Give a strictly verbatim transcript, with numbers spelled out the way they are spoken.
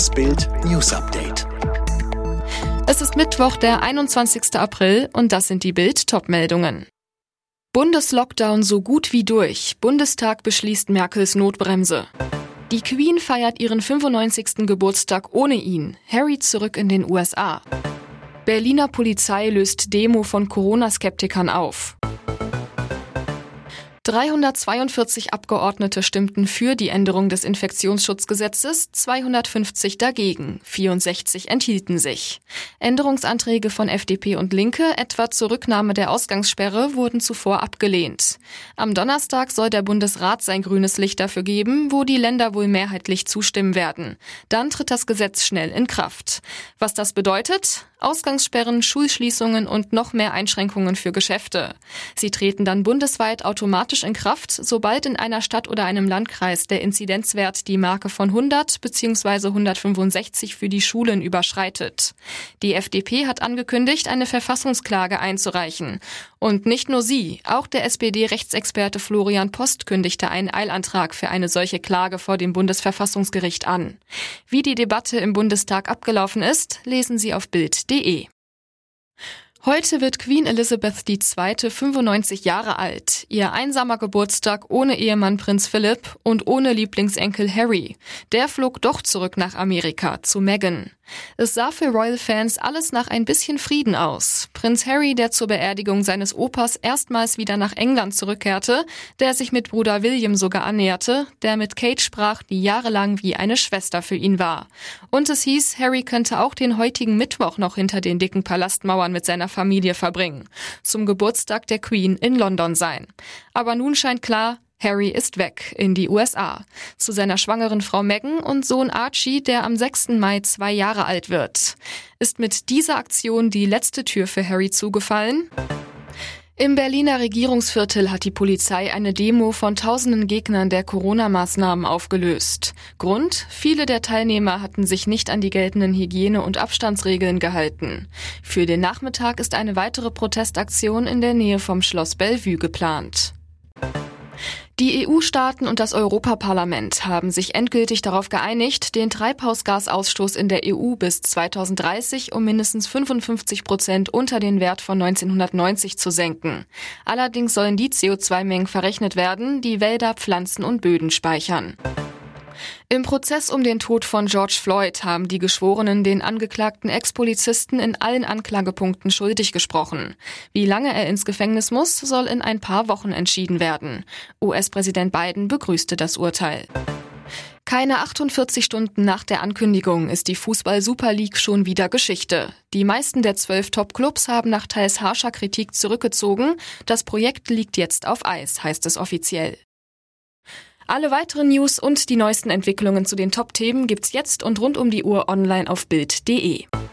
Das Bild News Update. Es ist Mittwoch, der einundzwanzigster April, und das sind die Bild-Top-Meldungen. Bundeslockdown so gut wie durch. Bundestag beschließt Merkels Notbremse. Die Queen feiert ihren fünfundneunzigsten Geburtstag ohne ihn. Harry zurück in den U S A. Berliner Polizei löst Demo von Corona-Skeptikern auf. dreihundertzweiundvierzig Abgeordnete stimmten für die Änderung des Infektionsschutzgesetzes, zweihundertfünfzig dagegen, vierundsechzig enthielten sich. Änderungsanträge von F D P und Linke, etwa zur Rücknahme der Ausgangssperre, wurden zuvor abgelehnt. Am Donnerstag soll der Bundesrat sein grünes Licht dafür geben, wo die Länder wohl mehrheitlich zustimmen werden. Dann tritt das Gesetz schnell in Kraft. Was das bedeutet? Ausgangssperren, Schulschließungen und noch mehr Einschränkungen für Geschäfte. Sie treten dann bundesweit automatisch in Kraft, sobald in einer Stadt oder einem Landkreis der Inzidenzwert die Marke von hundert bzw. hundertfünfundsechzig für die Schulen überschreitet. Die F D P hat angekündigt, eine Verfassungsklage einzureichen. Und nicht nur sie, auch der S P D-Rechtsexperte Florian Post kündigte einen Eilantrag für eine solche Klage vor dem Bundesverfassungsgericht an. Wie die Debatte im Bundestag abgelaufen ist, lesen Sie auf bild punkt de. Heute wird Queen Elizabeth die Zweite fünfundneunzig Jahre alt. Ihr einsamer Geburtstag ohne Ehemann Prinz Philipp und ohne Lieblingsenkel Harry. Der flog doch zurück nach Amerika, zu Meghan. Es sah für Royal-Fans alles nach ein bisschen Frieden aus. Prinz Harry, der zur Beerdigung seines Opas erstmals wieder nach England zurückkehrte, der sich mit Bruder William sogar annäherte, der mit Kate sprach, die jahrelang wie eine Schwester für ihn war. Und es hieß, Harry könnte auch den heutigen Mittwoch noch hinter den dicken Palastmauern mit seiner Familie verbringen. Zum Geburtstag der Queen in London sein. Aber nun scheint klar, Harry ist weg in die U S A, zu seiner schwangeren Frau Meghan und Sohn Archie, der am sechsten Mai zwei Jahre alt wird. Ist mit dieser Aktion die letzte Tür für Harry zugefallen? Im Berliner Regierungsviertel hat die Polizei eine Demo von tausenden Gegnern der Corona-Maßnahmen aufgelöst. Grund? Viele der Teilnehmer hatten sich nicht an die geltenden Hygiene- und Abstandsregeln gehalten. Für den Nachmittag ist eine weitere Protestaktion in der Nähe vom Schloss Bellevue geplant. Die E U-Staaten und das Europaparlament haben sich endgültig darauf geeinigt, den Treibhausgasausstoß in der E U bis zweitausenddreißig um mindestens fünfundfünfzig Prozent unter den Wert von neunzehnhundertneunzig zu senken. Allerdings sollen die C O zwei Mengen verrechnet werden, die Wälder, Pflanzen und Böden speichern. Im Prozess um den Tod von George Floyd haben die Geschworenen den angeklagten Ex-Polizisten in allen Anklagepunkten schuldig gesprochen. Wie lange er ins Gefängnis muss, soll in ein paar Wochen entschieden werden. U S-Präsident Biden begrüßte das Urteil. Keine achtundvierzig Stunden nach der Ankündigung ist die Fußball-Super League schon wieder Geschichte. Die meisten der zwölf Top-Clubs haben nach teils harscher Kritik zurückgezogen. Das Projekt liegt jetzt auf Eis, heißt es offiziell. Alle weiteren News und die neuesten Entwicklungen zu den Top-Themen gibt's jetzt und rund um die Uhr online auf bild punkt de.